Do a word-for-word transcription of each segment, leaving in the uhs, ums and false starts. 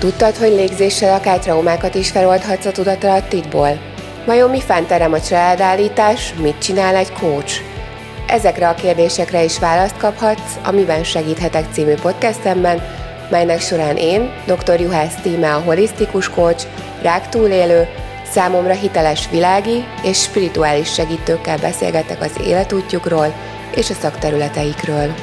Tudtad, hogy légzéssel akár traumákat is feloldhatsz a tudatalattiból? Vajon mi fánterem a családállítás, mit csinál egy coach? Ezekre a kérdésekre is választ kaphatsz a Miben segíthetek című podcastemben, melynek során én, dr. Juhász Tíme, a holisztikus coach, ráktúlélő, számomra hiteles világi és spirituális segítőkkel beszélgetek az életútjukról és a szakterületeikről.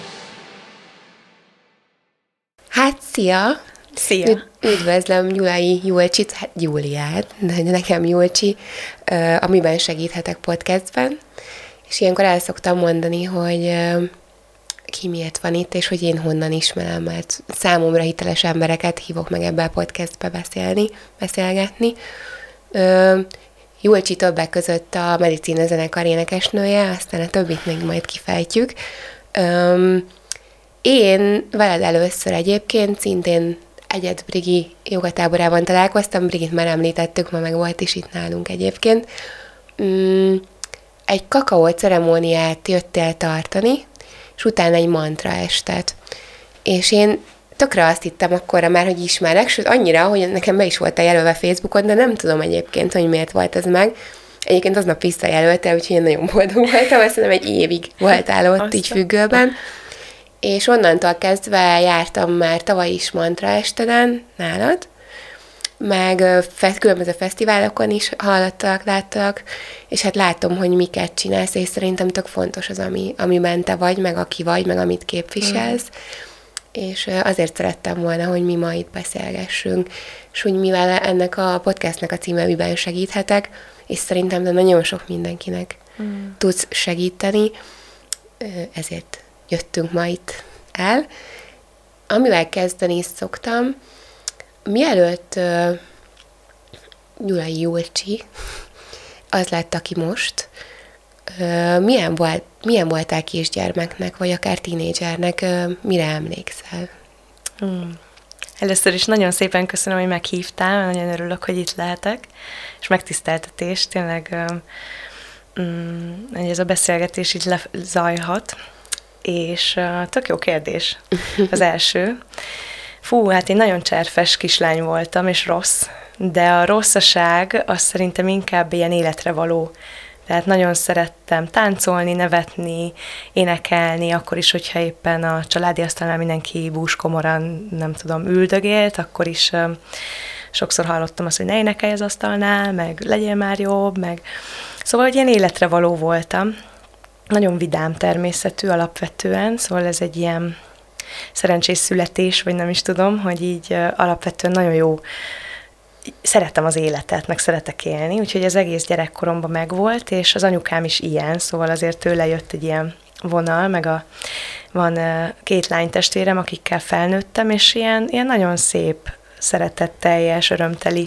Hát, szia! Szia! Üdvözlöm Gyulai Julcsit, hát Júliát, de nekem Julcsi, a Miben segíthetek podcastben. És ilyenkor el szoktam mondani, hogy ki miért van itt, és hogy én honnan ismerem, mert számomra hiteles embereket hívok meg ebbe a podcastbe beszélni, beszélgetni. Julcsi többek között a Medicina zenekar énekesnője, aztán a többit még majd kifejtjük. Én veled először egyébként szintén Egyed Brigi jogatáborában találkoztam, Brigit már említettük, ma meg volt is itt nálunk egyébként. Egy kakaó ceremóniát jöttél tartani, és utána egy mantra estet. És én tökre azt hittem akkorra már, hogy ismerek, sőt annyira, hogy nekem be is volt jelölve Facebookon, de nem tudom egyébként, hogy miért volt ez meg. Egyébként aznap visszajelölte, úgyhogy én nagyon boldog voltam, azt hiszem egy évig voltál ott Aztán. így függőben. És onnantól kezdve jártam már tavaly is mantra esteden nálad, meg fe, különböző fesztiválokon is hallottak, láttak, és hát látom, hogy miket csinálsz, és szerintem tök fontos az, ami, amiben te vagy, meg aki vagy, meg amit képviselsz, mm. és azért szerettem volna, hogy mi ma itt beszélgessünk, és úgy mivel ennek a podcastnek a címe Miben segíthetek, és szerintem de nagyon sok mindenkinek mm. tudsz segíteni, ezért jöttünk ma itt el. Amivel kezdeni is szoktam, mielőtt uh, Gyulai Julcsi az lett, aki most, uh, milyen, volt, milyen voltál kisgyermeknek, vagy akár tínédzsernek, uh, mire emlékszel? Hmm. Először is nagyon szépen köszönöm, hogy meghívtál, nagyon örülök, hogy itt lehetek, és megtiszteltetés, tényleg uh, um, hogy ez a beszélgetés így lezajlhat, és uh, tök jó kérdés az első. Fú, hát én nagyon cserfes kislány voltam, és rossz, de a rosszaság az szerintem inkább ilyen életre való. Tehát nagyon szerettem táncolni, nevetni, énekelni, akkor is, hogyha éppen a családi asztalnál mindenki búskomoran, nem tudom, üldögélt, akkor is um, sokszor hallottam azt, hogy ne énekelj az asztalnál, meg legyél már jobb, meg... Szóval, hogy ilyen életre való voltam. Nagyon vidám természetű alapvetően, szóval ez egy ilyen szerencsés születés, vagy nem is tudom, hogy így alapvetően nagyon jó, szerettem az életet, meg szeretek élni, úgyhogy az egész gyerekkoromban megvolt, és az anyukám is ilyen, szóval azért tőle jött egy ilyen vonal, meg a, van két lánytestvérem, akikkel felnőttem, és ilyen, ilyen nagyon szép, szeretetteljes, örömteli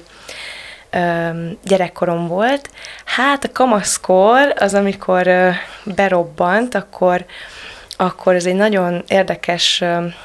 gyerekkorom volt. Hát a kamaszkor, az amikor berobbant, akkor, akkor ez egy nagyon érdekes,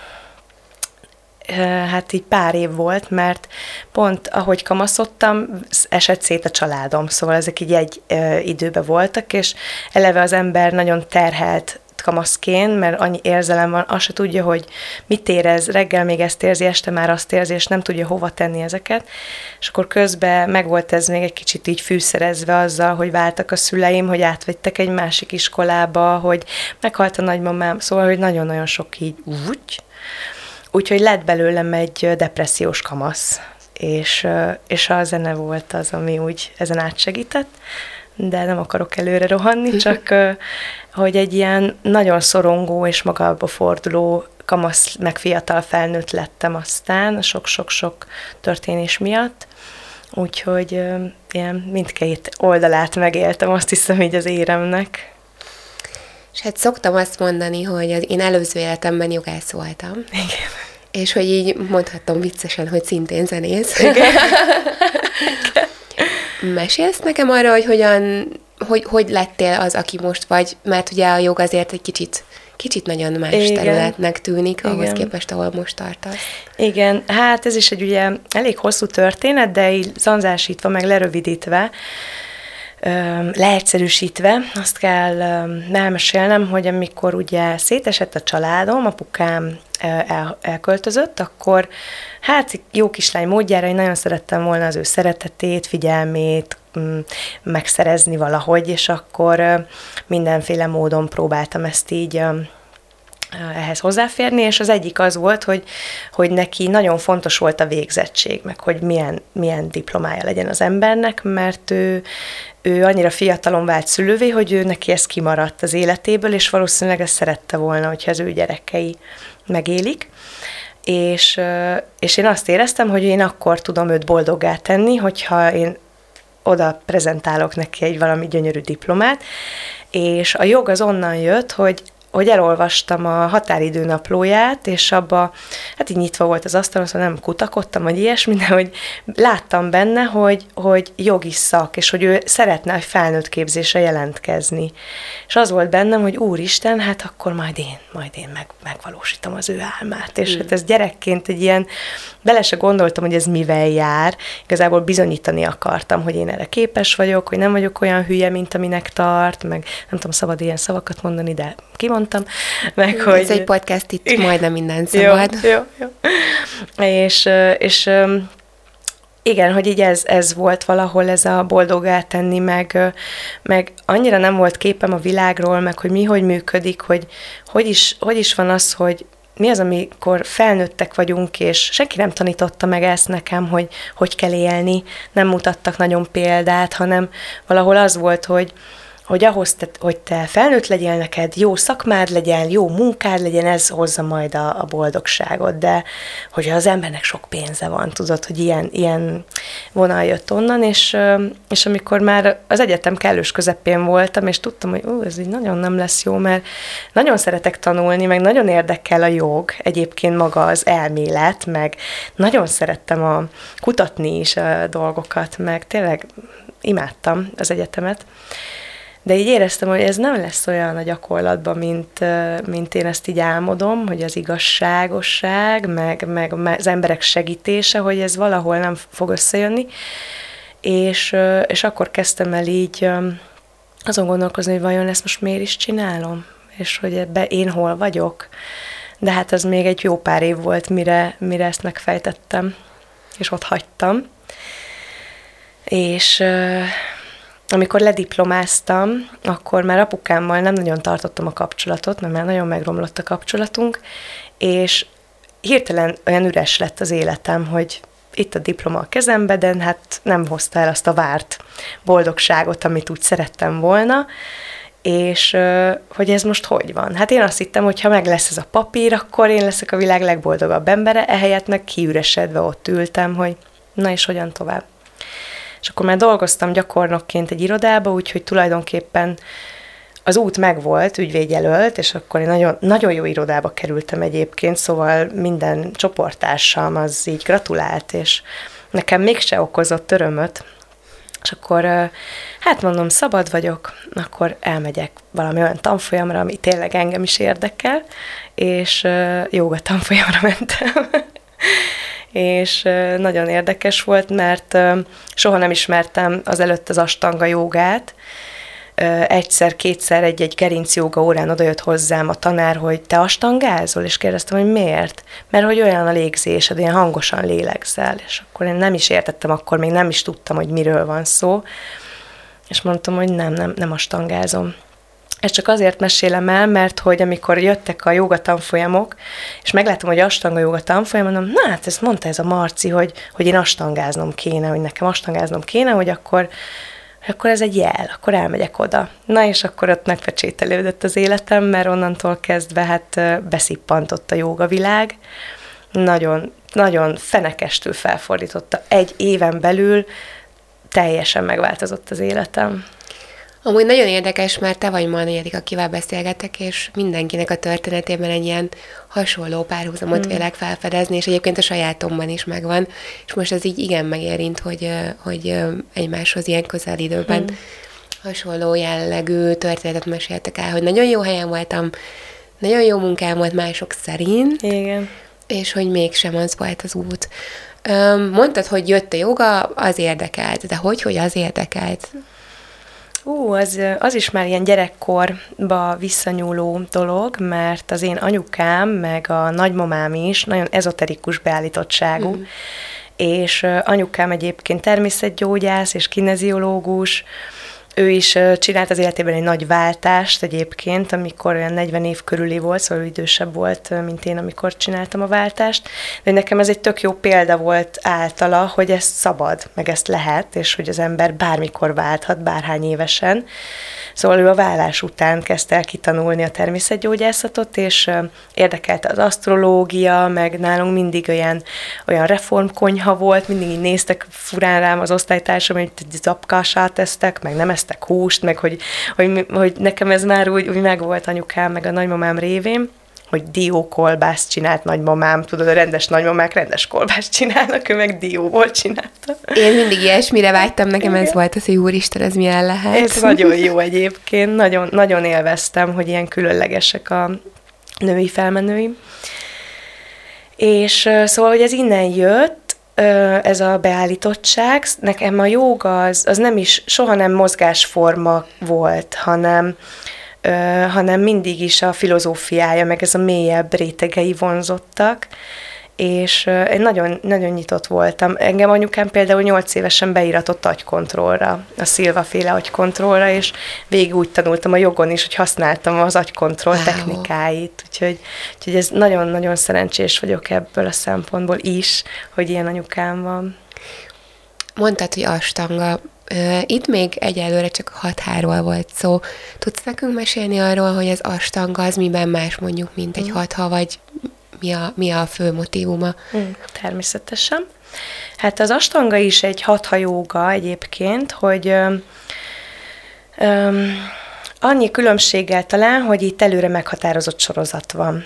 hát így pár év volt, mert pont ahogy kamaszodtam, esett szét a családom, szóval ezek így egy időben voltak, és eleve az ember nagyon terhelt kamaszként, mert annyi érzelem van, azt se tudja, hogy mit érez, reggel még ezt érzi, este már azt érzi, és nem tudja hova tenni ezeket. És akkor közben megvolt ez még egy kicsit így fűszerezve azzal, hogy váltak a szüleim, hogy átvettek egy másik iskolába, hogy meghalt a nagymamám, szóval, hogy nagyon-nagyon sok így úgy. Úgyhogy lett belőlem egy depressziós kamasz, és, és a zene volt az, ami úgy ezen átsegített, de nem akarok előre rohanni, csak hogy egy ilyen nagyon szorongó és magába forduló kamasz, meg fiatal felnőtt lettem aztán a sok-sok-sok történés miatt. Úgyhogy ilyen mindkét oldalát megéltem, azt hiszem így az éremnek. És hát szoktam azt mondani, hogy az én előző életemben jogász voltam. Igen. És hogy így mondhatom viccesen, hogy szintén zenész. Igen. Mesélsz nekem arra, hogy hogyan, hogy, hogy lettél az, aki most vagy, mert ugye a jog azért egy kicsit, kicsit nagyon más Igen. területnek tűnik, ahhoz Igen. képest, ahol most tartasz. Igen, hát ez is egy ugye elég hosszú történet, de így zanzásítva, meg lerövidítve, leegyszerűsítve azt kell elmesélnem, hogy amikor ugye szétesett a családom, apukám el, elköltözött, akkor hát jó kislány módjára én nagyon szerettem volna az ő szeretetét, figyelmét megszerezni valahogy, és akkor mindenféle módon próbáltam ezt így ehhez hozzáférni, és az egyik az volt, hogy, hogy neki nagyon fontos volt a végzettség, meg hogy milyen, milyen diplomája legyen az embernek, mert ő, ő annyira fiatalon vált szülővé, hogy ő neki ez kimaradt az életéből, és valószínűleg ezt szerette volna, hogyha az ő gyerekei megélik. És, és én azt éreztem, hogy én akkor tudom őt boldoggá tenni, hogyha én oda prezentálok neki egy valami gyönyörű diplomát, és a jog az onnan jött, hogy hogy elolvastam a határidő naplóját, és abba, hát így nyitva volt az asztalon, szóval nem kutakodtam, vagy ilyesmi, de hogy láttam benne, hogy, hogy jogi szak, és hogy ő szeretne egy felnőtt képzésre jelentkezni. És az volt bennem, hogy úristen, hát akkor majd én, majd én meg, megvalósítom az ő álmát. És mm. hát ez gyerekként egy ilyen, bele se gondoltam, hogy ez mivel jár, igazából bizonyítani akartam, hogy én erre képes vagyok, hogy nem vagyok olyan hülye, mint aminek tart, meg nem tudom, szabad ilyen szavakat mondani, de kimondtam, meg ez hogy... Ez egy podcast, itt majdnem minden szabad. Jó, jó, jó. És, és igen, hogy így ez, ez volt valahol ez a boldoggá tenni, meg, meg annyira nem volt képem a világról, meg hogy mi hogy működik, hogy hogy is, hogy is van az, hogy mi az, amikor felnőttek vagyunk, és senki nem tanította meg ezt nekem, hogy hogy kell élni, nem mutattak nagyon példát, hanem valahol az volt, hogy hogy ahhoz, te, hogy te felnőtt legyél, neked jó szakmád legyen, jó munkád legyen, ez hozza majd a, a boldogságot, de hogyha az embernek sok pénze van, tudod, hogy ilyen, ilyen vonal jött onnan, és, és amikor már az egyetem kellős közepén voltam, és tudtam, hogy ú, ez így nagyon nem lesz jó, mert nagyon szeretek tanulni, meg nagyon érdekel a jog, egyébként maga az elmélet, meg nagyon szerettem a, kutatni is a dolgokat, meg tényleg imádtam az egyetemet. De így éreztem, hogy ez nem lesz olyan a gyakorlatban, mint, mint én ezt így álmodom, hogy az igazságosság, meg, meg az emberek segítése, hogy ez valahol nem fog összejönni. És, és akkor kezdtem el így azon gondolkozni, hogy vajon ezt most miért is csinálom, és hogy ebbe én hol vagyok. De hát az még egy jó pár év volt, mire, mire ezt megfejtettem, és ott hagytam. És... amikor lediplomáztam, akkor már apukámmal nem nagyon tartottam a kapcsolatot, mert már nagyon megromlott a kapcsolatunk, és hirtelen olyan üres lett az életem, hogy itt a diploma a kezembe, de hát nem hozta el azt a várt boldogságot, amit úgy szerettem volna, és hogy ez most hogy van? Hát én azt hittem, hogy ha meg lesz ez a papír, akkor én leszek a világ legboldogabb embere, ehelyett meg kiüresedve ott ültem, hogy na és hogyan tovább. És akkor már dolgoztam gyakornokként egy irodába, úgyhogy tulajdonképpen az út megvolt, ügyvédjelölt, és akkor én nagyon, nagyon jó irodába kerültem egyébként, szóval minden csoporttársam az így gratulált, és nekem mégse okozott örömöt. És akkor, hát mondom, szabad vagyok, akkor elmegyek valami olyan tanfolyamra, ami tényleg engem is érdekel, és jóga tanfolyamra mentem. És nagyon érdekes volt, mert soha nem ismertem azelőtt az astanga jógát. Egyszer-kétszer egy-egy gerinc jóga órán odajött hozzám a tanár, hogy te astangázol, és kérdeztem, hogy miért? Mert hogy olyan a légzésed, ilyen hangosan lélegzel, és akkor én nem is értettem, akkor még nem is tudtam, hogy miről van szó, és mondtam, hogy nem, nem, nem astangázom. Ezt csak azért mesélem el, mert hogy amikor jöttek a jóga tanfolyamok, és meglátom, hogy astanga jóga tanfolyam, mondom, na hát ezt mondta ez a Marci, hogy, hogy én astangáznom kéne, hogy nekem astangáznom kéne, hogy akkor, akkor ez egy jel, akkor elmegyek oda. Na és akkor ott megpecsételődött az életem, mert onnantól kezdve hát beszippantott a jógavilág. Nagyon, nagyon fenekestül felfordította. Egy éven belül teljesen megváltozott az életem. Amúgy nagyon érdekes, mert te vagy ma a negyedik, akivel beszélgetek, és mindenkinek a történetében egy ilyen hasonló párhuzamot mm. vélek felfedezni, és egyébként a sajátomban is megvan, és most ez így igen megérint, hogy, hogy egymáshoz ilyen közel időben mm. hasonló jellegű történetet meséltek el, hogy nagyon jó helyen voltam, nagyon jó munkám volt mások szerint, igen. És hogy mégsem az volt az út. Mondtad, hogy jött a joga, az érdekelt, de hogy, hogy az érdekelt? Ú, az, az is már ilyen gyerekkorba visszanyúló dolog, mert az én anyukám, meg a nagymamám is nagyon ezoterikus beállítottságú, mm. és anyukám egyébként természetgyógyász és kineziológus. Ő is csinált az életében egy nagy váltást egyébként, amikor olyan negyven év körüli volt, szóval idősebb volt, mint én, amikor csináltam a váltást. De nekem ez egy tök jó példa volt általa, hogy ez szabad, meg ezt lehet, és hogy az ember bármikor válthat, bárhány évesen. Szóval ő a vállás után kezdte el kitanulni a természetgyógyászatot, és érdekelte az asztrológia, meg nálunk mindig olyan, olyan reformkonyha volt, mindig így néztek furán rám az osztálytársam, hogy zapkását tesztek, meg nem esztek húst, meg hogy, hogy, hogy nekem ez már úgy, úgy megvolt anyukám, meg a nagymamám révén, hogy diókolbászt csinált nagymamám, tudod, a rendes nagymamák rendes kolbászt csinálnak, ő meg dióból csinálta. Én mindig ilyesmire vágytam, nekem ez volt az, hogy úristen, ez milyen lehet. Ez nagyon jó egyébként, nagyon, nagyon élveztem, hogy ilyen különlegesek a női felmenőim. És szóval, hogy ez innen jött, ez a beállítottság, nekem a jóga az, az nem is, soha nem mozgásforma volt, hanem Uh, hanem mindig is a filozófiája, meg ez a mélyebb rétegei vonzottak, és uh, én nagyon, nagyon nyitott voltam. Engem anyukám például nyolc évesen beíratott agykontrollra, a Silva-féle agykontrollra, és végig úgy tanultam a jogon is, hogy használtam az agykontroll wow. technikáit, úgyhogy, úgyhogy ez nagyon-nagyon szerencsés vagyok ebből a szempontból is, hogy ilyen anyukám van. Mondtad, hogy astanga. Itt még egyelőre csak a hatháról volt szó. Tudsz nekünk mesélni arról, hogy az astanga az miben más mondjuk, mint egy mm. hatha, vagy mi a, mi a fő motívuma? Mm, természetesen. Hát az astanga is egy hatha jóga egyébként, hogy öm, öm, annyi különbséggel talán, hogy itt előre meghatározott sorozat van.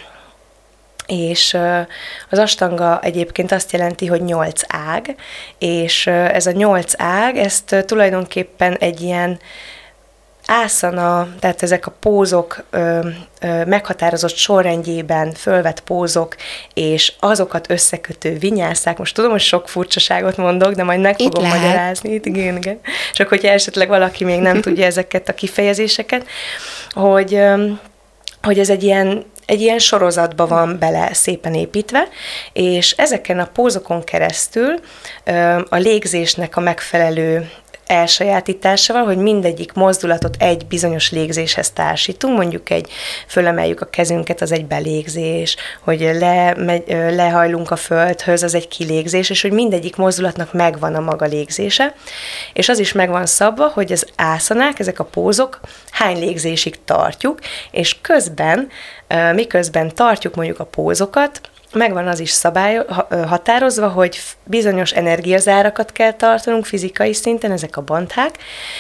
És az astanga egyébként azt jelenti, hogy nyolc ág, és ez a nyolc ág, ezt tulajdonképpen egy ilyen ászana, tehát ezek a pózok ö, ö, meghatározott sorrendjében fölvett pózok, és azokat összekötő vinyászák. Most tudom, hogy sok furcsaságot mondok, de majd meg fogom magyarázni. Itt, igen, igen. Csak hogyha esetleg valaki még nem tudja ezeket a kifejezéseket, hogy, ö, hogy ez egy ilyen egy ilyen sorozatba van bele szépen építve, és ezeken a pózokon keresztül a légzésnek a megfelelő elsajátításával, hogy mindegyik mozdulatot egy bizonyos légzéshez társítunk, mondjuk egy, fölemeljük a kezünket, az egy belégzés, hogy le, megy, lehajlunk a földhöz, az egy kilégzés, és hogy mindegyik mozdulatnak megvan a maga légzése, és az is megvan szabva, hogy az ászanák, ezek a pózok hány légzésig tartjuk, és közben, miközben tartjuk mondjuk a pózokat, megvan az is szabály, határozva, hogy bizonyos energiazárakat kell tartanunk fizikai szinten, ezek a bandhák,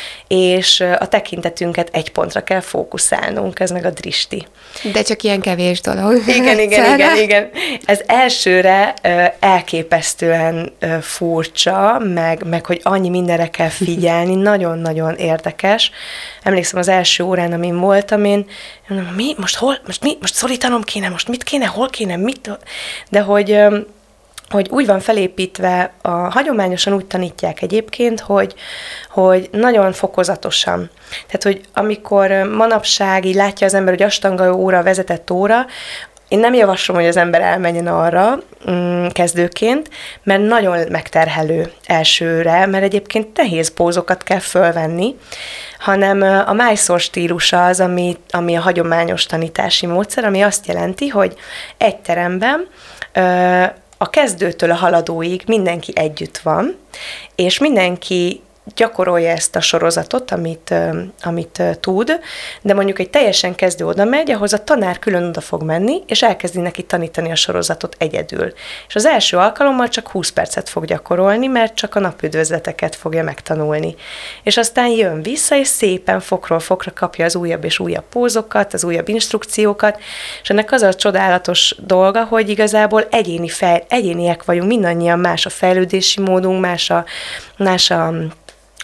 és a tekintetünket egy pontra kell fókuszálnunk, ez meg a dristi. De csak ilyen kevés dolog. Igen, igen, igen, igen. Ez elsőre elképesztően furcsa, meg, meg hogy annyi mindenre kell figyelni, nagyon-nagyon érdekes. Emlékszem az első órán, amin voltam, én mondom, mi? Most hol? Most mi? Most szorítanom kéne? Most mit kéne? Hol kéne? Mit? De hogy... hogy úgy van felépítve, a, hagyományosan úgy tanítják egyébként, hogy, hogy nagyon fokozatosan. Tehát, hogy amikor manapság így látja az ember, hogy astanga óra, vezetett óra, én nem javaslom, hogy az ember elmenjen arra mm, kezdőként, mert nagyon megterhelő elsőre, mert egyébként nehéz pózokat kell fölvenni, hanem a májszor stílusa az, ami, ami a hagyományos tanítási módszer, ami azt jelenti, hogy egy teremben ö, a kezdőtől a haladóig mindenki együtt van, és mindenki gyakorolja ezt a sorozatot, amit, amit tud, de mondjuk egy teljesen kezdő oda megy, ahhoz a tanár külön oda fog menni, és elkezdi neki tanítani a sorozatot egyedül. És az első alkalommal csak húsz percet fog gyakorolni, mert csak a napüdvözleteket fogja megtanulni. És aztán jön vissza, és szépen fokról fokra kapja az újabb és újabb pózokat, az újabb instrukciókat, és ennek az a csodálatos dolga, hogy igazából egyéni fej, egyéniek vagyunk, mindannyian más a fejlődési módunk, más a, más a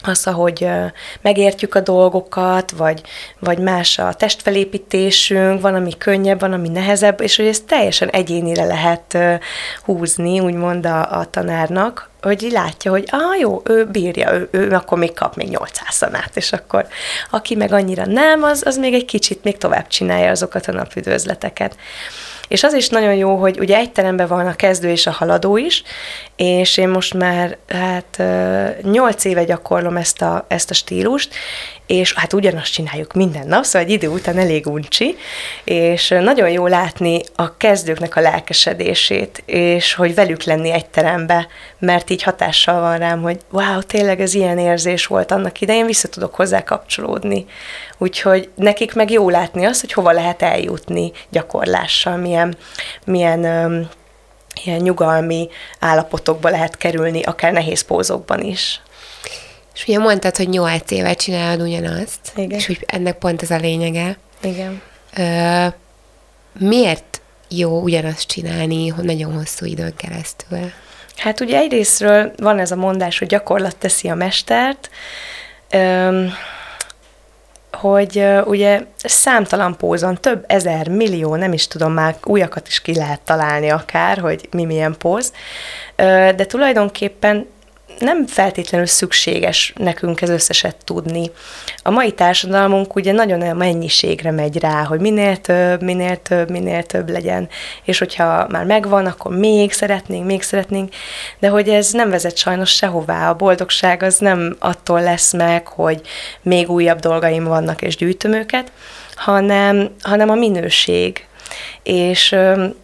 az, ahogy megértjük a dolgokat, vagy, vagy más a testfelépítésünk, van, ami könnyebb, van, ami nehezebb, és hogy ezt teljesen egyénire lehet húzni, úgymond a, a tanárnak, hogy látja, hogy ah, jó, ő bírja, ő, ő akkor még kap még nyolcszáz szanát, és akkor aki meg annyira nem, az, az még egy kicsit még tovább csinálja azokat a napüdvözleteket. És az is nagyon jó, hogy ugye egy teremben van a kezdő és a haladó is, és én most már hát nyolc éve gyakorlom ezt a, ezt a stílust, és hát ugyanazt csináljuk minden nap, szóval egy idő után elég uncsi, és nagyon jó látni a kezdőknek a lelkesedését, és hogy velük lenni egy terembe, mert így hatással van rám, hogy wow, tényleg ez ilyen érzés volt annak idején, vissza tudok hozzá kapcsolódni. Úgyhogy nekik meg jó látni azt, hogy hova lehet eljutni gyakorlással, milyen, milyen um, ilyen nyugalmi állapotokba lehet kerülni, akár nehéz pózokban is. És ugye mondtad, hogy nyolc éve csinálod ugyanazt, igen. És hogy ennek pont ez a lényege. Igen. Ö, miért jó ugyanazt csinálni nagyon hosszú időn keresztül? Hát ugye egyrésztről van ez a mondás, hogy gyakorlat teszi a mestert, öm, hogy uh, ugye számtalan pózon, több ezer, millió, nem is tudom, már újakat is ki lehet találni akár, hogy mi milyen póz, uh, de tulajdonképpen nem feltétlenül szükséges nekünk ez összeset tudni. A mai társadalmunk ugye nagyon a mennyiségre megy rá, hogy minél több, minél több, minél több legyen, és hogyha már megvan, akkor még szeretnénk, még szeretnénk, de hogy ez nem vezet sajnos sehová. A boldogság az nem attól lesz meg, hogy még újabb dolgaim vannak és gyűjtöm őket, hanem, hanem a minőség. És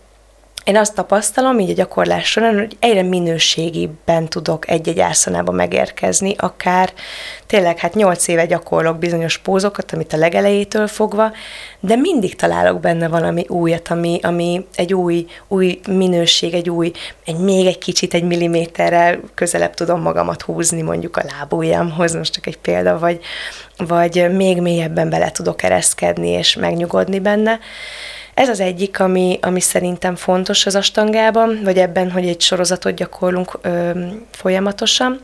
én azt tapasztalom így a gyakorlás során, hogy egyre minőségibben tudok egy-egy ászanába megérkezni, akár tényleg hát nyolc éve gyakorlok bizonyos pózokat, amit a legelejétől fogva, de mindig találok benne valami újat, ami, ami egy új, új minőség, egy új, egy még egy kicsit, egy milliméterrel közelebb tudom magamat húzni mondjuk a lábujjamhoz, most csak egy példa, vagy, vagy még mélyebben bele tudok ereszkedni és megnyugodni benne. Ez az egyik, ami, ami szerintem fontos az astangában, vagy ebben, hogy egy sorozatot gyakorlunk ö, folyamatosan.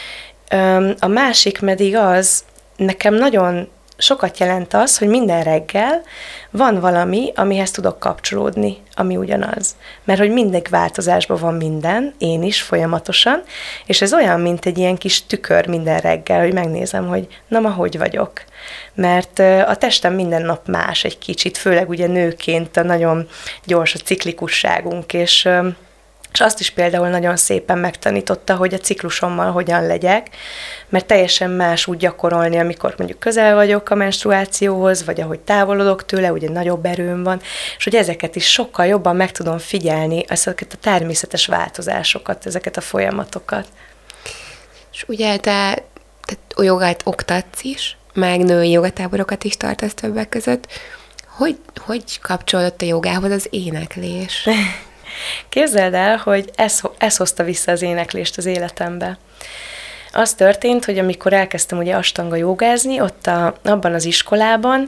Ö, a másik pedig az, nekem nagyon sokat jelent az, hogy minden reggel van valami, amihez tudok kapcsolódni, ami ugyanaz. Mert hogy mindig változásban van minden, én is folyamatosan, és ez olyan, mint egy ilyen kis tükör minden reggel, hogy megnézem, hogy na ma hogy vagyok. Mert a testem minden nap más egy kicsit, főleg ugye nőként a nagyon gyors a ciklikusságunk, és, és azt is például nagyon szépen megtanította, hogy a ciklusommal hogyan legyek, mert teljesen más úgy gyakorolni, amikor mondjuk közel vagyok a menstruációhoz, vagy ahogy távolodok tőle, ugye nagyobb erőm van, és hogy ezeket is sokkal jobban meg tudom figyelni, ezeket a természetes változásokat, ezeket a folyamatokat. És ugye te, te jogát oktatsz is, meg női jogatáborokat is tartasz többek között. Hogy, hogy kapcsolódott a jogához az éneklés? Képzeld el, hogy ez, ez hozta vissza az éneklést az életembe. Az történt, hogy amikor elkezdtem ugye astanga jogázni, ott a, abban az iskolában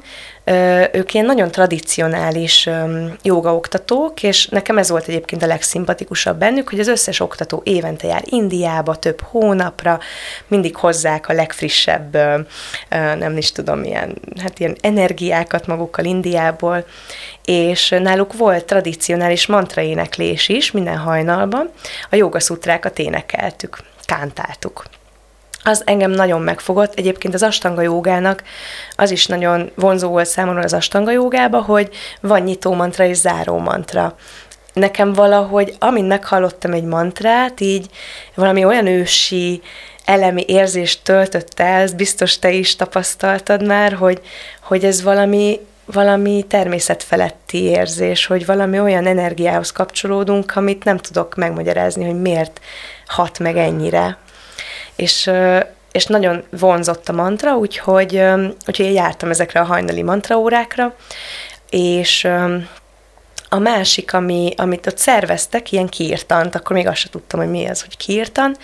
ők ilyen nagyon tradicionális jogaoktatók, és nekem ez volt egyébként a legszimpatikusabb bennük, hogy az összes oktató évente jár Indiába, több hónapra, mindig hozzák a legfrissebb, nem is tudom, ilyen, hát ilyen energiákat magukkal Indiából, és náluk volt tradicionális mantraéneklés is minden hajnalban, a jogaszutrákat énekeltük, kántáltuk. Az engem nagyon megfogott. Egyébként az astanga jógának az is nagyon vonzó volt számomra az astanga jógába, hogy van nyitó mantra és záró mantra. Nekem valahogy, amint meghallottam egy mantrát, így valami olyan ősi, elemi érzést töltött el, ezt biztos te is tapasztaltad már, hogy, hogy ez valami, valami természetfeletti érzés, hogy valami olyan energiához kapcsolódunk, amit nem tudok megmagyarázni, hogy miért hat meg ennyire. És, és nagyon vonzott a mantra, úgyhogy, úgyhogy én jártam ezekre a hajnali mantraórákra, és a másik, ami, amit ott szerveztek, ilyen kirtant, akkor még azt sem tudtam, hogy mi az, hogy kirtan,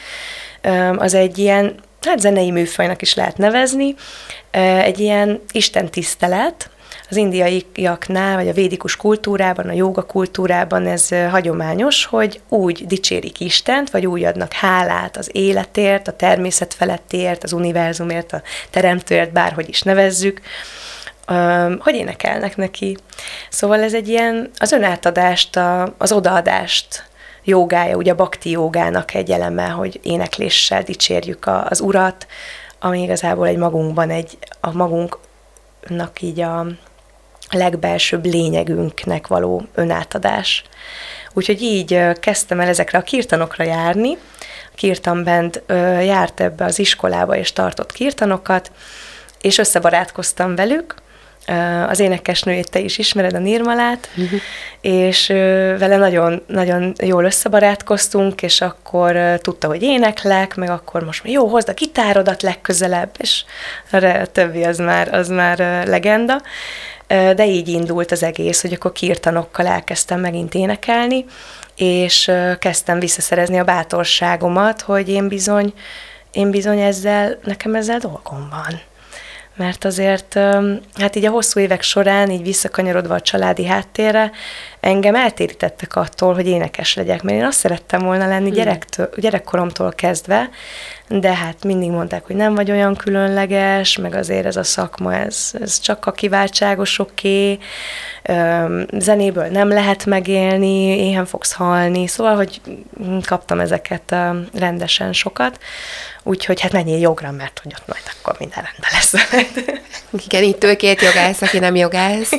az egy ilyen, hát zenei műfajnak is lehet nevezni, egy ilyen istentisztelet, az indiaiaknál, vagy a védikus kultúrában, a jóga kultúrában ez hagyományos, hogy úgy dicsérik Istent, vagy úgy adnak hálát az életért, a természet felettiért, az univerzumért, a teremtőért, bárhogy is nevezzük, hogy énekelnek neki. Szóval ez egy ilyen, az önátadást, az odaadást jógája, ugye a bhakti jógának egy eleme, hogy énekléssel dicsérjük az Urat, ami igazából egy magunkban, egy, a magunknak így a legbelsőbb lényegünknek való önátadás. Úgyhogy így kezdtem el ezekre a kirtanokra járni. A Kirtan Band járt ebbe az iskolába, és tartott kirtanokat, és összebarátkoztam velük. Az énekesnőjét te is ismered, a Nirmalát, uh-huh. és vele nagyon, nagyon jól összebarátkoztunk, és akkor tudta, hogy éneklek, meg akkor most jó, hozd a gitárodat legközelebb, és a többi az már, az már legenda. De így indult az egész, hogy akkor kirtanokkal elkezdtem megint énekelni, és kezdtem visszaszerezni a bátorságomat, hogy én bizony, én bizony ezzel, nekem ezzel dolgom van. Mert azért, hát így a hosszú évek során, így visszakanyarodva a családi háttérre, engem eltérítettek attól, hogy énekes legyek, mert én azt szerettem volna lenni gyerektől, gyerekkoromtól kezdve, de hát mindig mondták, hogy nem vagy olyan különleges, meg azért ez a szakma, ez, ez csak a kiváltságosoké, zenéből nem lehet megélni, éhen fogsz halni, szóval, hogy kaptam ezeket rendesen sokat, úgyhogy hát menjél jogra, mert hogy ott majd akkor minden rendben lesz. Igen, itt ő két jogász, aki nem jogász.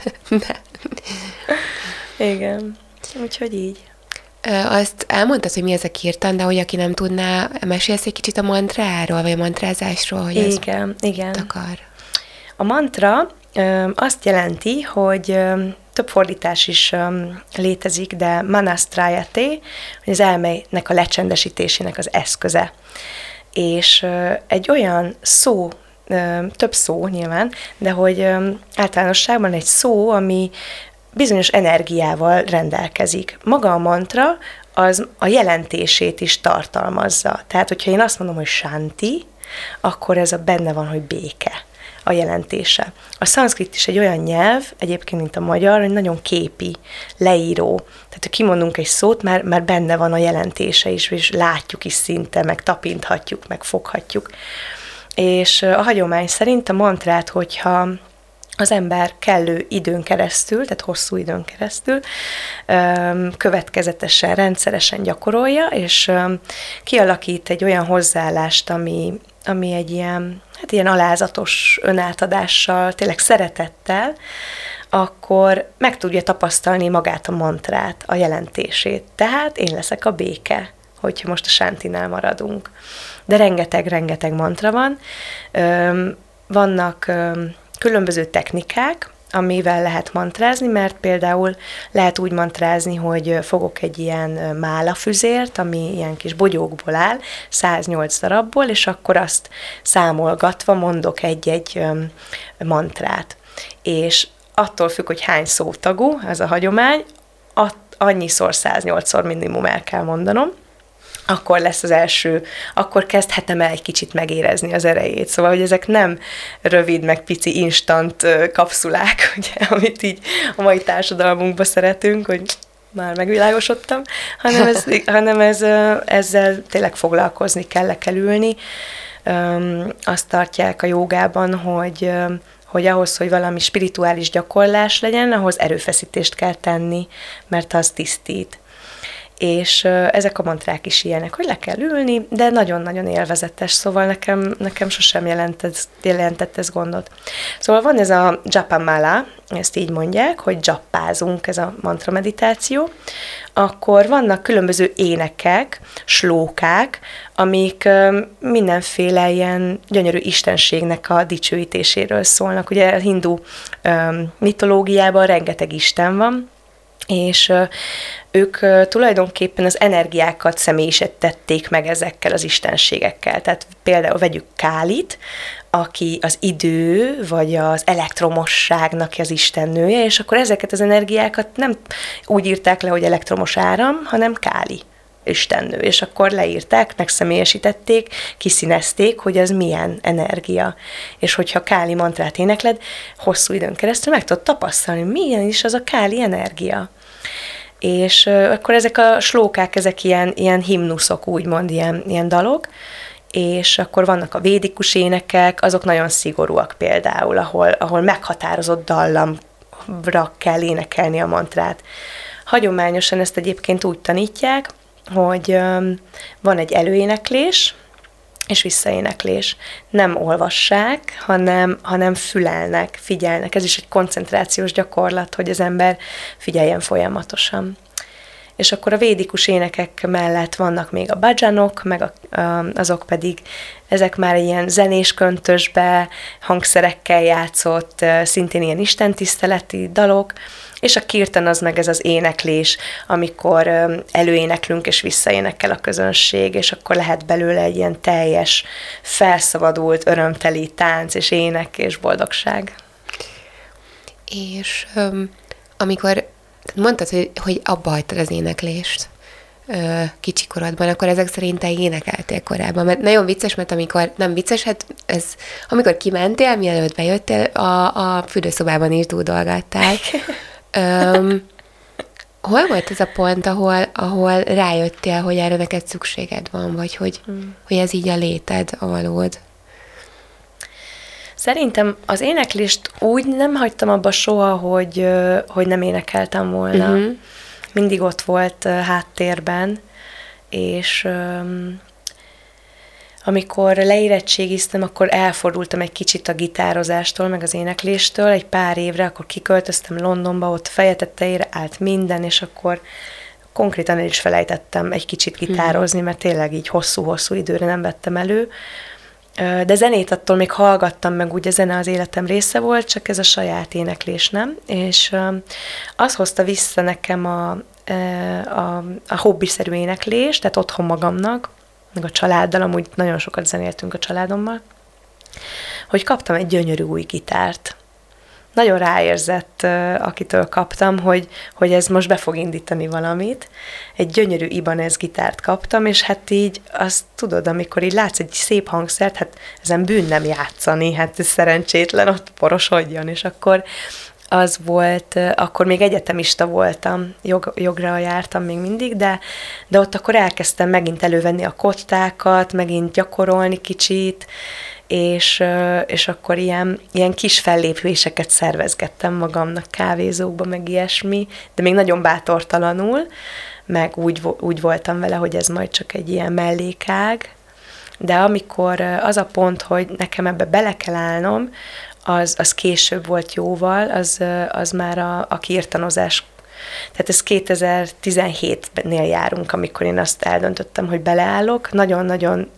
Igen, úgyhogy így. Azt elmondtad, hogy mi ez a kirtan, de hogy aki nem tudná, mesélsz egy kicsit a mantráról, vagy a mantrázásról, hogy ez igen, igen. akar. A mantra ö, azt jelenti, hogy ö, több fordítás is ö, létezik, de manasтраяте, hogy az elmének a lecsendesítésének az eszköze. És ö, egy olyan szó, ö, több szó nyilván, de hogy ö, általánosságban egy szó, ami bizonyos energiával rendelkezik. Maga a mantra az a jelentését is tartalmazza. Tehát, hogyha én azt mondom, hogy shanti, akkor ez a benne van, hogy béke a jelentése. A szanszkrit is egy olyan nyelv, egyébként, mint a magyar, hogy nagyon képi, leíró. Tehát, ha kimondunk egy szót, már, már benne van a jelentése is, és látjuk is szinte, meg tapinthatjuk, meg foghatjuk. És a hagyomány szerint a mantrát, hogyha az ember kellő időn keresztül, tehát hosszú időn keresztül következetesen, rendszeresen gyakorolja, és kialakít egy olyan hozzáállást, ami, ami egy ilyen, hát ilyen alázatos önátadással, tényleg szeretettel, akkor meg tudja tapasztalni magát a mantrát, a jelentését. Tehát én leszek a béke, hogyha most a sántinál maradunk. De rengeteg-rengeteg mantra van. Vannak különböző technikák, amivel lehet mantrázni, mert például lehet úgy mantrázni, hogy fogok egy ilyen málafüzért, ami ilyen kis bogyókból áll, száznyolc darabból, és akkor azt számolgatva mondok egy-egy mantrát. És attól függ, hogy hány szótagú, ez a hagyomány, annyiszor, száznyolcszor minimum el kell mondanom, akkor lesz az első, akkor kezdhetem el egy kicsit megérezni az erejét. Szóval, hogy ezek nem rövid, meg pici instant kapszulák, ugye, amit így a mai társadalmunkban szeretünk, hogy már megvilágosodtam, hanem, ez, hanem ez, ezzel tényleg foglalkozni kell, le kell ülni. Azt tartják a jogában, hogy, hogy ahhoz, hogy valami spirituális gyakorlás legyen, ahhoz erőfeszítést kell tenni, mert az tisztít. És ezek a mantrák is ilyenek, hogy le kell ülni, de nagyon-nagyon élvezetes, szóval nekem, nekem sosem jelentett, jelentett ez gondot. Szóval van ez a japamala, ezt így mondják, hogy jappázunk, ez a mantra meditáció, akkor vannak különböző énekek, slókák, amik mindenféle ilyen gyönyörű istenségnek a dicsőítéséről szólnak. Ugye a hindu mitológiában rengeteg isten van, és ők tulajdonképpen az energiákat személyisítették meg ezekkel az istenségekkel. Tehát például vegyük Kálit, aki az idő, vagy az elektromosságnak az istennője, és akkor ezeket az energiákat nem úgy írták le, hogy elektromos áram, hanem Káli. istennő, és akkor leírták, megszemélyesítették, kiszínezték, hogy az milyen energia. És hogyha káli mantrát énekled, hosszú időn keresztül meg tudod tapasztalni, milyen is az a káli energia. És uh, akkor ezek a slókák, ezek ilyen, ilyen himnuszok, úgymond, ilyen, ilyen dalok, és akkor vannak a védikus énekek, azok nagyon szigorúak például, ahol, ahol meghatározott dallamra kell énekelni a mantrát. Hagyományosan ezt egyébként úgy tanítják, hogy um, van egy előéneklés, és visszaéneklés. Nem olvassák, hanem, hanem fülelnek, figyelnek. Ez is egy koncentrációs gyakorlat, hogy az ember figyeljen folyamatosan. És akkor a védikus énekek mellett vannak még a bhajanok, meg a, azok pedig, ezek már ilyen zenés köntösbe, hangszerekkel játszott, szintén ilyen istentiszteleti dalok, és a kirtan az meg ez az éneklés, amikor előéneklünk és visszaénekel a közönség, és akkor lehet belőle egy ilyen teljes, felszabadult, örömteli tánc és ének és boldogság. És um, amikor mondtad, hogy, hogy abba hagytad az éneklést ö, kicsikorodban, akkor ezek szerint te énekeltél korábban. Mert nagyon vicces, mert amikor, nem vicces, hát ez, amikor kimentél, mielőtt bejöttél, a, a fürdőszobában is dúdolgattál. Öm, hol volt ez a pont, ahol, ahol rájöttél, hogy erre neked szükséged van, vagy hogy, hmm. hogy ez így a léted, a valód? Szerintem az éneklést úgy nem hagytam abba soha, hogy, hogy nem énekeltem volna. Uh-huh. Mindig ott volt háttérben, és um, amikor leérettségiztem, akkor elfordultam egy kicsit a gitározástól, meg az énekléstől, egy pár évre, akkor kiköltöztem Londonba, ott feje tetejére állt minden, és akkor konkrétan el is felejtettem egy kicsit gitározni, mert tényleg így hosszú-hosszú időre nem vettem elő. De zenét attól még hallgattam, meg úgy a zene az életem része volt, csak ez a saját éneklés nem. És az hozta vissza nekem a, a, a hobbiszerű éneklés, tehát otthon magamnak, meg a családdal, amúgy nagyon sokat zenéltünk a családommal, hogy kaptam egy gyönyörű új gitárt. Nagyon ráérzett, akitől kaptam, hogy, hogy ez most be fog indítani valamit. Egy gyönyörű Ibanez gitárt kaptam, és hát így azt tudod, amikor így látsz egy szép hangszert, hát ezen bűn nem játszani, hát ez szerencsétlen, ott porosodjon, és akkor az volt, akkor még egyetemista voltam, jog, jogra jártam még mindig, de, de ott akkor elkezdtem megint elővenni a kottákat, megint gyakorolni kicsit, és, és akkor ilyen, ilyen kis fellépéseket szervezgettem magamnak kávézókba, meg ilyesmi, de még nagyon bátortalanul, meg úgy, úgy voltam vele, hogy ez majd csak egy ilyen mellékág, de amikor az a pont, hogy nekem ebbe bele kell állnom, az, az később volt jóval, az, az már a, a kirtanozás. Tehát ez kétezer-tizenhétnél járunk, amikor én azt eldöntöttem, hogy beleállok. Nagyon-nagyon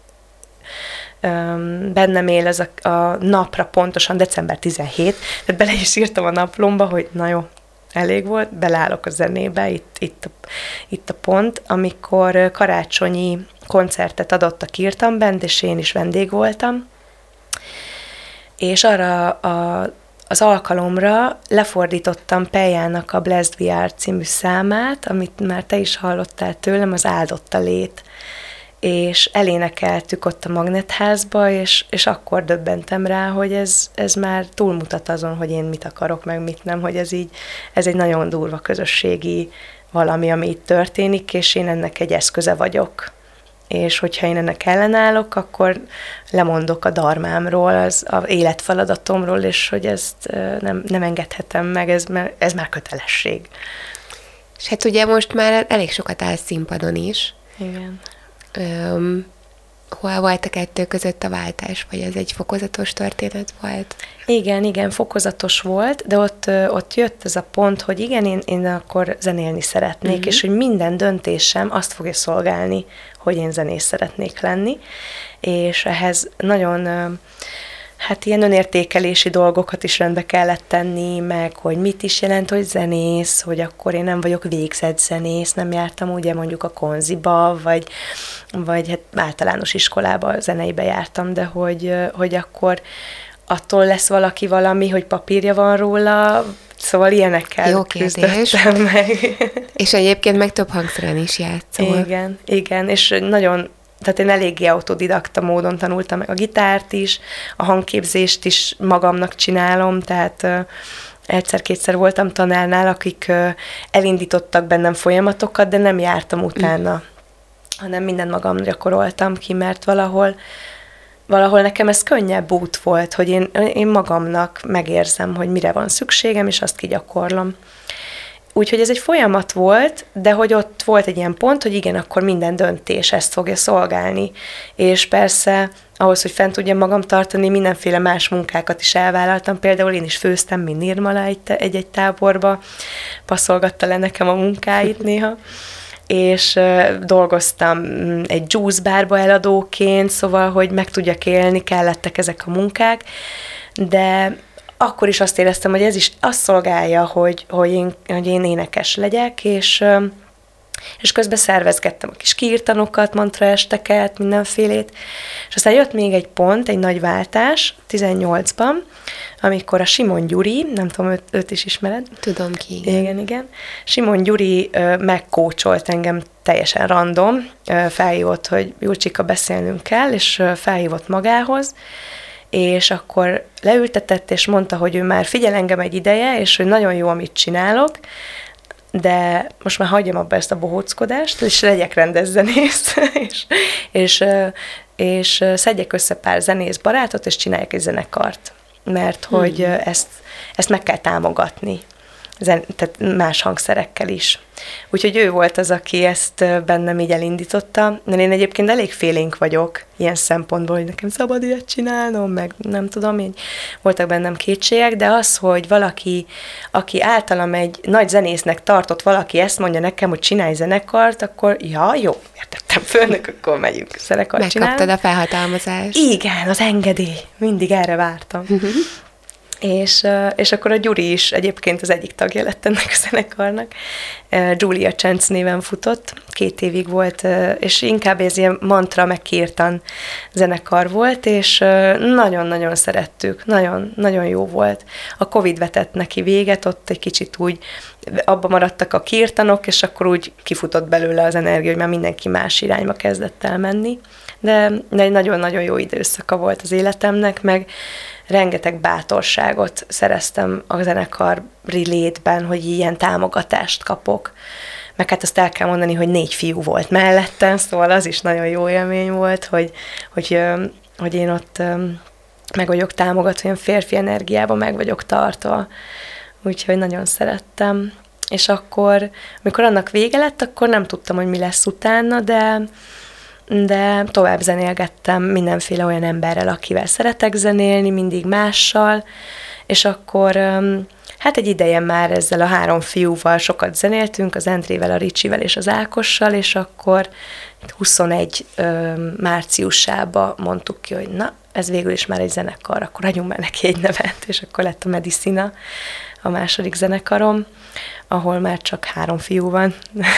um, bennem él ez a, a napra pontosan december tizenhetedike, tehát bele is írtam a naplomba, hogy na jó, elég volt, beleállok a zenébe, itt, itt, a, itt a pont, amikor karácsonyi koncertet adott a Kirtan Band, és én is vendég voltam, és arra a, az alkalomra lefordítottam Peljának a Blessed We Are című számát, amit már te is hallottál tőlem, az Áldott a lét. És elénekeltük ott a Magnetházba, és, és akkor döbbentem rá, hogy ez, ez már túlmutat azon, hogy én mit akarok, meg mit nem, hogy ez így, ez egy nagyon durva közösségi valami, ami itt történik, és én ennek egy eszköze vagyok. És hogyha én ennek ellenállok, akkor lemondok a dharmámról, az a életfeladatomról, és hogy ezt nem, nem engedhetem meg, ez, ez már kötelesség. És hát ugye most már elég sokat állsz színpadon is. Igen. Um, hol volt a kettő között a váltás, vagy ez egy fokozatos történet volt? Igen, igen, fokozatos volt, de ott, ott jött ez a pont, hogy igen, én, én akkor zenélni szeretnék, uh-huh. és hogy minden döntésem azt fogja szolgálni, hogy én zenész szeretnék lenni, és ehhez nagyon, hát ilyen önértékelési dolgokat is rendbe kellett tenni, meg hogy mit is jelent, hogy zenész, hogy akkor én nem vagyok végzett zenész, nem jártam ugye mondjuk a konziba, vagy, vagy hát általános iskolába, zeneibe jártam, de hogy, hogy akkor attól lesz valaki valami, hogy papírja van róla, Szóval ilyenekkel Jó kérdés. küzdöttem meg. És egyébként meg több hangszeren is játszol. Igen, igen, és nagyon, tehát én eléggé autodidakta módon tanultam meg a gitárt is, a hangképzést is magamnak csinálom, tehát uh, egyszer-kétszer voltam tanárnál, akik uh, elindítottak bennem folyamatokat, de nem jártam utána, mm. hanem mindent magam gyakoroltam ki, mert valahol valahol nekem ez könnyebb út volt, hogy én, én magamnak megérzem, hogy mire van szükségem, és azt kigyakorlom. Úgyhogy ez egy folyamat volt, de hogy ott volt egy ilyen pont, hogy igen, akkor minden döntés ezt fogja szolgálni. És persze ahhoz, hogy fent tudjam magam tartani, mindenféle más munkákat is elvállaltam. Például én is főztem, mint Nirmala egy-egy táborba, passzolgatta le nekem a munkáit néha, és dolgoztam egy juice bárba eladóként, szóval, hogy meg tudjak élni, kellettek ezek a munkák, de akkor is azt éreztem, hogy ez is azt szolgálja, hogy, hogy, én, hogy én énekes legyek, és, és közben szervezgettem a kis kiirtanokat, mantraesteket, mindenfélét, és aztán jött még egy pont, egy nagy váltás, tizennyolcban, amikor a Simon Gyuri, nem tudom, őt, őt is ismered? Tudom ki. Igen, igen. igen. Simon Gyuri uh, megkócsolt engem teljesen random, uh, felhívott, hogy Julcsika, beszélnünk kell, és uh, felhívott magához, és akkor leültetett, és mondta, hogy ő már figyel engem egy ideje, és hogy nagyon jó, amit csinálok, de most már hagyjam abba ezt a bohóckodást, és legyek rendezzenész, és, és, és szedjek össze pár zenész barátot, és csináljak egy zenekart. Mert hmm. hogy ezt, ezt meg kell támogatni, zen, tehát más hangszerekkel is. Úgyhogy ő volt az, aki ezt bennem így elindította, mert én egyébként elég félénk vagyok ilyen szempontból, hogy nekem szabad ilyet csinálnom, meg nem tudom, én voltak bennem kétségek, de az, hogy valaki, aki általam egy nagy zenésznek tartott, valaki ezt mondja nekem, hogy csinálj zenekart, akkor ja, jó, értettem, főnök, akkor megyünk zenekart csinálni. Megkaptad a felhatalmazást. Igen, az engedély, mindig erre vártam. És, és akkor a Gyuri is egyébként az egyik tagja lett ennek a zenekarnak. Julia Chance néven futott, két évig volt, és inkább ez ilyen mantra, meg kirtan zenekar volt, és nagyon-nagyon szerettük, nagyon, nagyon jó volt. A Covid vetett neki véget, ott egy kicsit úgy abba maradtak a kirtanok, és akkor úgy kifutott belőle az energia, hogy már mindenki más irányba kezdett el menni. De, de egy nagyon-nagyon jó időszaka volt az életemnek, meg rengeteg bátorságot szereztem a zenekari létben, hogy ilyen támogatást kapok. Meg hát azt el kell mondani, hogy négy fiú volt mellettem, szóval az is nagyon jó élmény volt, hogy, hogy, hogy én ott meg vagyok támogatva, olyan férfi energiában meg vagyok tartva. Úgyhogy nagyon szerettem. És akkor, amikor annak vége lett, akkor nem tudtam, hogy mi lesz utána, de de tovább zenélgettem mindenféle olyan emberrel, akivel szeretek zenélni, mindig mással, és akkor hát egy ideje már ezzel a három fiúval sokat zenéltünk, az Endrével, a Ricsivel és az Ákossal, és akkor huszonegy márciusában mondtuk ki, hogy na, ez végül is már egy zenekar, akkor adjunk már neki egy nevet, és akkor lett a Medicina, a második zenekarom, ahol már csak három fiú van.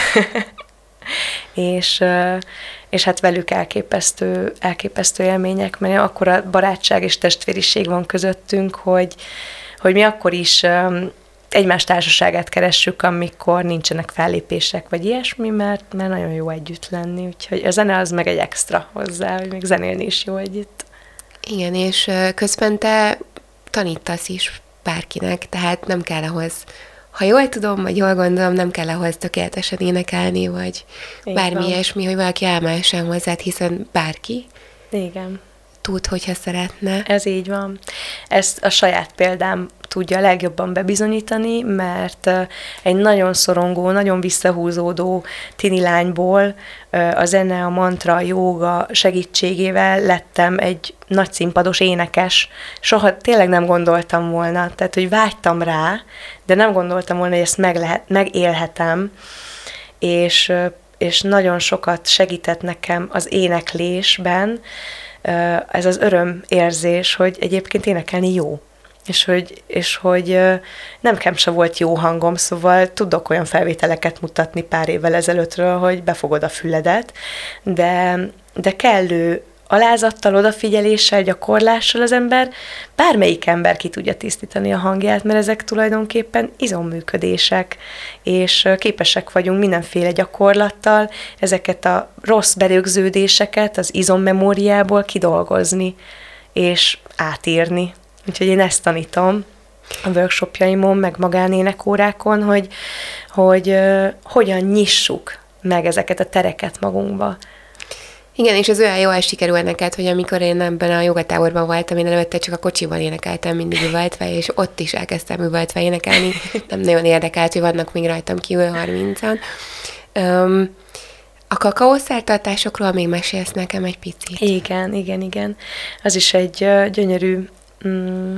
és, és hát velük elképesztő, elképesztő élmények, mert akkora barátság és testvériség van közöttünk, hogy, hogy mi akkor is egymás társaságát keressük, amikor nincsenek fellépések, vagy ilyesmi, mert, mert nagyon jó együtt lenni, úgyhogy a zene az meg egy extra hozzá, hogy még zenélni is jó együtt. Igen, és közben te tanítasz is bárkinek, tehát nem kell ahhoz, ha jól tudom, vagy jól gondolom, nem kell ahhoz tökéletesen énekelni, vagy így bármi van. Ilyesmi, hogy valaki elmehessen hozzád, hiszen bárki igen. tud, hogyha szeretne. Ez így van. Ezt a saját példám tudja a legjobban bebizonyítani, mert egy nagyon szorongó, nagyon visszahúzódó tini lányból a zene, a mantra, a jóga segítségével lettem egy nagy színpados énekes. Soha tényleg nem gondoltam volna, tehát, hogy vágytam rá, de nem gondoltam volna, hogy ezt meg lehet, megélhetem, és, és nagyon sokat segített nekem az éneklésben ez az örömérzés, hogy egyébként énekelni jó. És hogy, és hogy nem sem volt jó hangom, szóval tudok olyan felvételeket mutatni pár évvel ezelőttről, hogy befogod a füledet, de, de kellő alázattal, odafigyeléssel, gyakorlással az ember, bármelyik ember ki tudja tisztítani a hangját, mert ezek tulajdonképpen izomműködések, és képesek vagyunk mindenféle gyakorlattal ezeket a rossz berögződéseket az izommemóriából kidolgozni, és átírni. Úgyhogy én ezt tanítom a workshopjaimon, meg magánénekórákon, hogy, hogy uh, hogyan nyissuk meg ezeket a tereket magunkba. Igen, és ez olyan jól sikerül neked, hogy amikor én ebben a jogatáborban voltam, én előtte csak a kocsiban énekeltem mindig üvöltve, és ott is elkezdtem üvöltve énekelni. Nem nagyon érdekelt, hogy vannak még rajtam kívül harmincan. Um, a kakaószertartásokról még mesélsz nekem egy picit? Igen, igen, igen. Az is egy uh, gyönyörű, mm,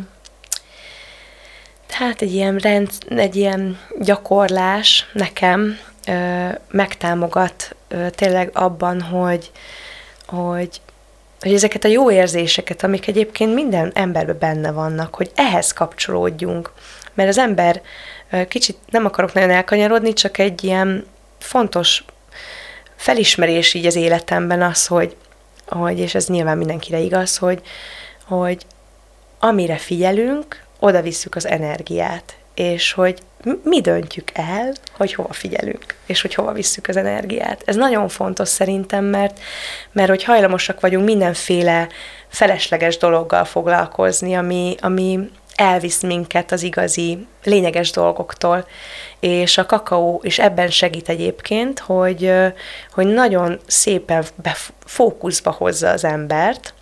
hát egy ilyen, rend, egy ilyen gyakorlás nekem uh, megtámogat uh, tényleg abban, hogy Hogy, hogy ezeket a jó érzéseket, amik egyébként minden emberben benne vannak, hogy ehhez kapcsolódjunk. Mert az ember, kicsit nem akarok nagyon elkanyarodni, csak egy ilyen fontos felismerés így az életemben az, hogy, hogy és ez nyilván mindenkire igaz, hogy, hogy amire figyelünk, oda visszük az energiát. És hogy mi döntjük el, hogy hova figyelünk, és hogy hova visszük az energiát. Ez nagyon fontos szerintem, mert, mert hogy hajlamosak vagyunk mindenféle felesleges dologgal foglalkozni, ami, ami elvisz minket az igazi, lényeges dolgoktól. És a kakaó is ebben segít egyébként, hogy, hogy nagyon szépen fókuszba hozza az embert,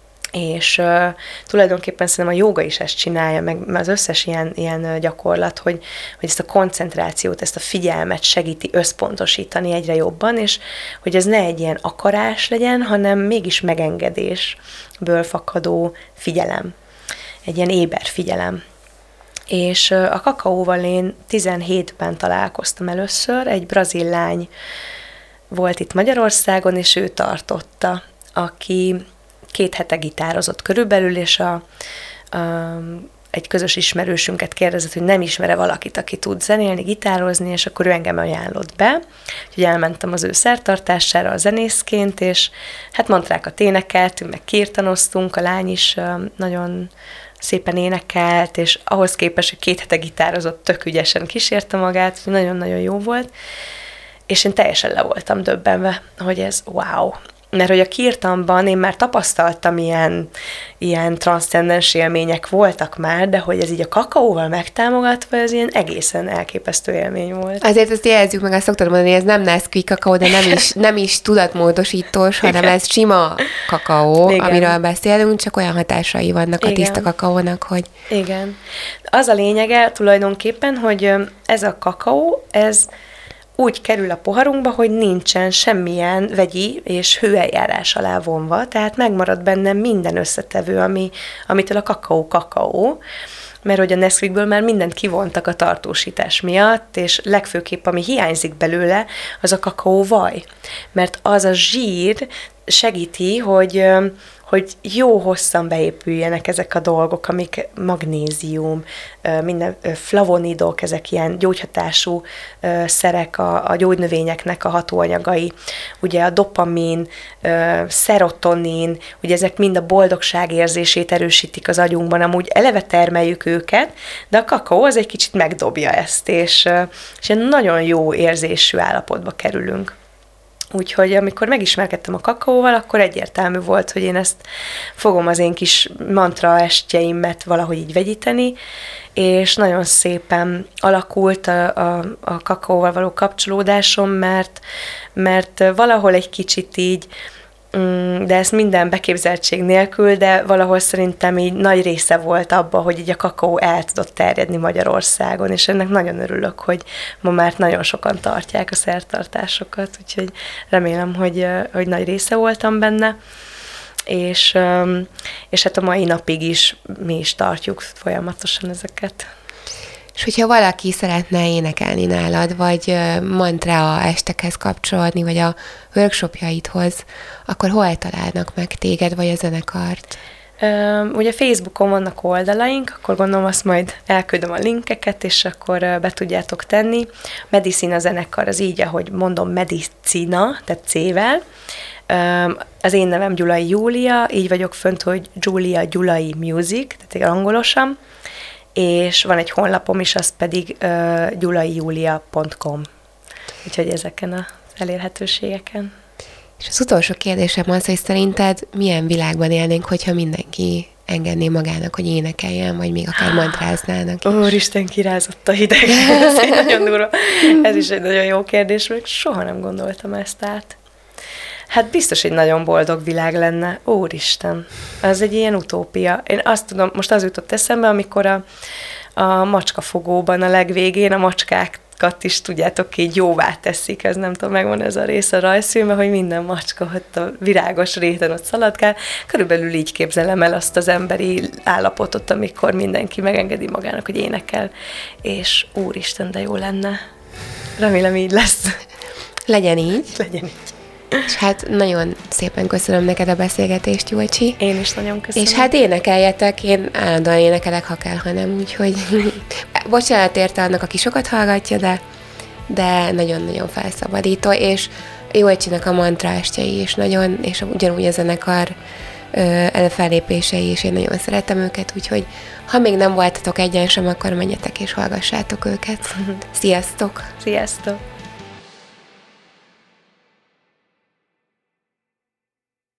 és uh, tulajdonképpen szerintem a jóga is ezt csinálja, meg az összes ilyen, ilyen gyakorlat, hogy, hogy ezt a koncentrációt, ezt a figyelmet segíti összpontosítani egyre jobban, és hogy ez ne egy ilyen akarás legyen, hanem mégis megengedésből fakadó figyelem. Egy ilyen éber figyelem. És uh, a kakaóval én tizenhétben találkoztam először, egy brazil lány volt itt Magyarországon, és ő tartotta, aki két hete gitározott körülbelül, és a, a, egy közös ismerősünket kérdezett, hogy nem ismere valakit, aki tud zenélni, gitározni, és akkor ő engem ajánlott be. Úgyhogy elmentem az ő szertartására a zenészként, és hát mantrákat énekeltünk, meg kirtanoztunk, a lány is nagyon szépen énekelt, és ahhoz képest, hogy két hete gitározott, tök ügyesen kísérte magát, hogy nagyon-nagyon jó volt, és én teljesen le voltam döbbenve, hogy ez wow. Mert hogy a kirtanban én már tapasztaltam ilyen, ilyen transzcendens élmények voltak már, de hogy ez így a kakaóval megtámogatva, ez ilyen egészen elképesztő élmény volt. Azért ezt jelezzük meg, azt szoktad mondani, hogy ez nem Nesquik kakaó, de nem is, nem is tudatmódosítós, hanem ez sima kakaó, igen, amiről beszélünk, csak olyan hatásai vannak, igen, a tiszta kakaónak, hogy... Igen. Az a lényege tulajdonképpen, hogy ez a kakaó, ez úgy kerül a poharunkba, hogy nincsen semmilyen vegyi és hőeljárás alá vonva, tehát megmarad benne minden összetevő, ami, amitől a kakaó kakaó, mert hogy a Nesquikből már mindent kivontak a tartósítás miatt, és legfőképp, ami hiányzik belőle, az a kakaóvaj. Mert az a zsír segíti, hogy, hogy jó hosszan beépüljenek ezek a dolgok, amik magnézium, minden flavonidok, ezek ilyen gyógyhatású szerek, a, a gyógynövényeknek a hatóanyagai, ugye a dopamin, szerotonin, ugye ezek mind a boldogság érzését erősítik az agyunkban, amúgy eleve termeljük őket, de a kakaó az egy kicsit megdobja ezt, és, és egy nagyon jó érzésű állapotba kerülünk. Úgyhogy amikor megismerkedtem a kakaóval, akkor egyértelmű volt, hogy én ezt fogom az én kis mantra estjeimet valahogy így vegyíteni, és nagyon szépen alakult a, a, a kakaóval való kapcsolódásom, mert, mert valahol egy kicsit így, de ez minden beképzeltség nélkül, de valahol szerintem így nagy része volt abban, hogy így a kakaó el tudott terjedni Magyarországon, és ennek nagyon örülök, hogy ma már nagyon sokan tartják a szertartásokat, úgyhogy remélem, hogy, hogy nagy része voltam benne, és, és hát a mai napig is mi is tartjuk folyamatosan ezeket. És hogyha valaki szeretne énekelni nálad, vagy mantra estekhez kapcsolódni, vagy a workshopjaidhoz, akkor hol találnak meg téged, vagy a zenekart? Uh, ugye Facebookon vannak oldalaink, akkor gondolom azt majd elküldöm a linkeket, és akkor uh, be tudjátok tenni. Medicina zenekar az így, ahogy mondom, medicina, tehát C-vel. Uh, Az én nevem Gyulai Júlia, így vagyok fönt, hogy Julia Gyulai Music, tehát angolosan, és van egy honlapom is, az pedig uh, gyulai julia pont com. Úgyhogy ezeken az elérhetőségeken. És az utolsó kérdésem az, hogy szerinted milyen világban élnénk, hogyha mindenki engedné magának, hogy énekeljen, vagy még akár mantráznának is? Úristen, kirázott a hideg. Ez egy nagyon durva. Ez is egy nagyon jó kérdés, meg soha nem gondoltam ezt át. Hát biztos egy nagyon boldog világ lenne. Úristen, ez egy ilyen utópia. Én azt tudom, most az jutott eszembe, amikor a, a macskafogóban a legvégén a macskákat is, tudjátok, így jóvá teszik, ez nem tudom, megvan ez a rész a rajzfilmben, hogy minden macska ott a virágos réten ott szaladgál. Körülbelül így képzelem el azt az emberi állapotot, amikor mindenki megengedi magának, hogy énekel, és úristen, de jó lenne. Remélem így lesz. Legyen így. Legyen így. És hát nagyon szépen köszönöm neked a beszélgetést, Julcsi. Én is nagyon köszönöm. És hát énekeljetek, én állandóan énekelek, ha kell, ha nem, úgyhogy bocsánat érte annak, aki sokat hallgatja, de, de nagyon-nagyon felszabadító, és Julcsinak a mantra estjei is nagyon, és ugyanúgy a zenekar fellépései is, én nagyon szeretem őket, úgyhogy ha még nem voltatok egyen sem, akkor menjetek és hallgassátok őket. Sziasztok! Sziasztok!